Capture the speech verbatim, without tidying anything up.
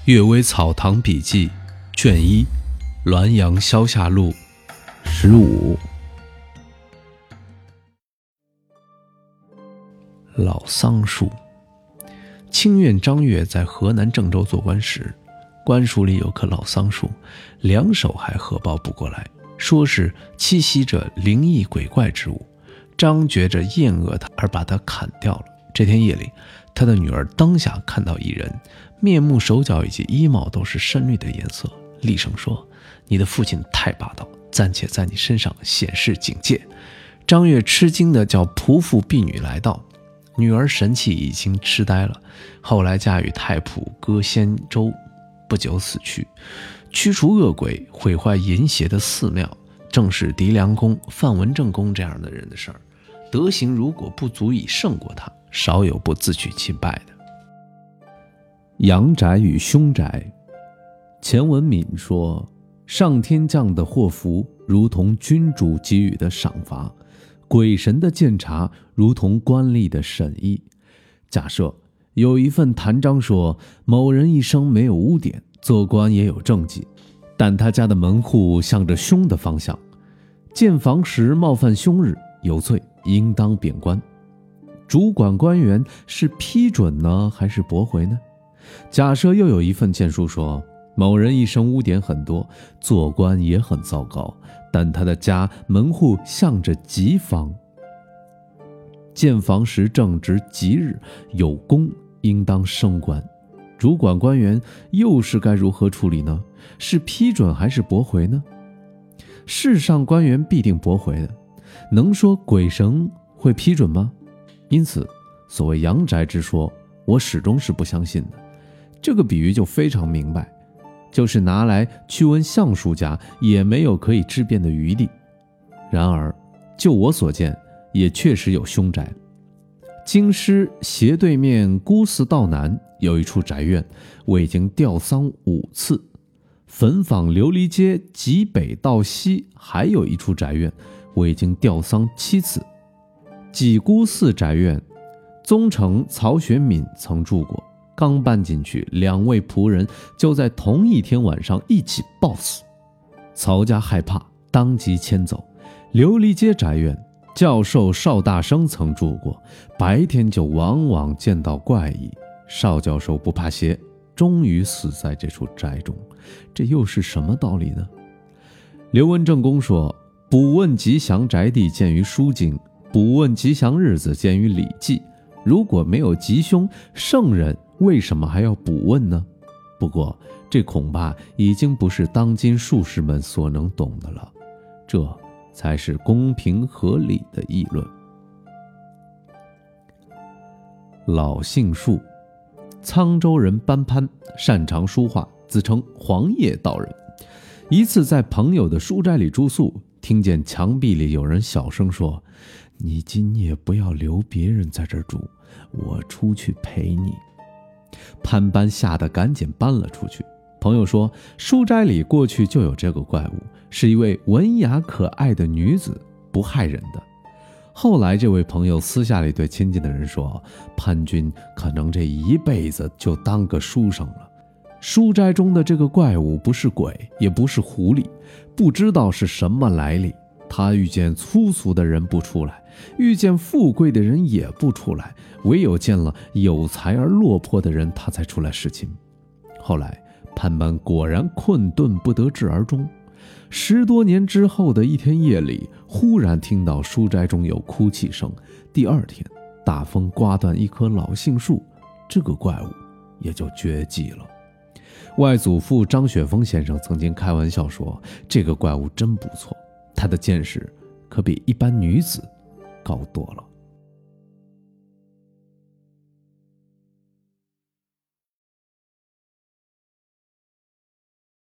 阅微草堂笔记卷一滦阳消夏录十五。老桑树。清苑张悦在河南郑州做官时，官署里有棵老桑树，两手还合抱不过来，说是栖息着灵异鬼怪之物。张觉着厌恶它而把它砍掉了。这天夜里，他的女儿当下看到一人，面目手脚以及衣帽都是深绿的颜色，厉声说：“你的父亲太霸道，暂且在你身上显示警戒。”张悦吃惊地叫仆妇婢女来到，女儿神气已经痴呆了，后来嫁与太仆歌仙州，不久死去。驱除恶鬼、毁坏淫邪的寺庙，正是狄良公、范文正公这样的人的事儿。德行如果不足以胜过他，少有不自取其败的。阳宅与凶宅。钱文敏说，上天降的祸福如同君主给予的赏罚，鬼神的鉴察如同官吏的审议。假设有一份弹章说，某人一生没有污点，做官也有政绩，但他家的门户向着凶的方向，建房时冒犯凶日，有罪，应当贬官。主管官员是批准呢，还是驳回呢？假设又有一份谏书说，某人一生污点很多，做官也很糟糕，但他的家门户向着吉方，建房时正值吉日，有功，应当升官。主管官员又是该如何处理呢？是批准还是驳回呢？世上官员必定驳回的，能说鬼神会批准吗？因此所谓阳宅之说，我始终是不相信的。这个比喻就非常明白，就是拿来去问相术家，也没有可以知变的余地。然而就我所见，也确实有凶宅。京师斜对面孤寺道南有一处宅院，我已经吊丧五次。汾坊琉璃街极北到西还有一处宅院，我已经吊丧七次。济孤寺宅院，宗成曹学敏曾住过，刚搬进去，两位仆人就在同一天晚上一起暴死。曹家害怕，当即迁走。琉璃街宅院，教授邵大生曾住过，白天就往往见到怪异。邵教授不怕邪，终于死在这处宅中，这又是什么道理呢？刘文正公说，卜问吉祥宅地见于书经，卜问吉祥日子见于礼记。如果没有吉凶，圣人为什么还要卜问呢？不过这恐怕已经不是当今术士们所能懂的了，这才是公平合理的议论。老杏树。沧州人班潘擅长书画，自称黄叶道人。一次在朋友的书斋里住宿，听见墙壁里有人小声说，你今夜不要留别人在这儿住，我出去陪你。潘班吓得赶紧搬了出去。朋友说，书斋里过去就有这个怪物，是一位文雅可爱的女子，不害人的。后来这位朋友私下里对亲近的人说，潘君可能这一辈子就当个书生了。书斋中的这个怪物不是鬼，也不是狐狸，不知道是什么来历。他遇见粗俗的人不出来，遇见富贵的人也不出来，唯有见了有才而落魄的人，他才出来侍亲。后来潘班果然困顿不得志而终。十多年之后的一天夜里，忽然听到书斋中有哭泣声。第二天，大风刮断一棵老杏树，这个怪物也就绝迹了。外祖父张雪峰先生曾经开玩笑说，这个怪物真不错，他的见识可比一般女子高多了。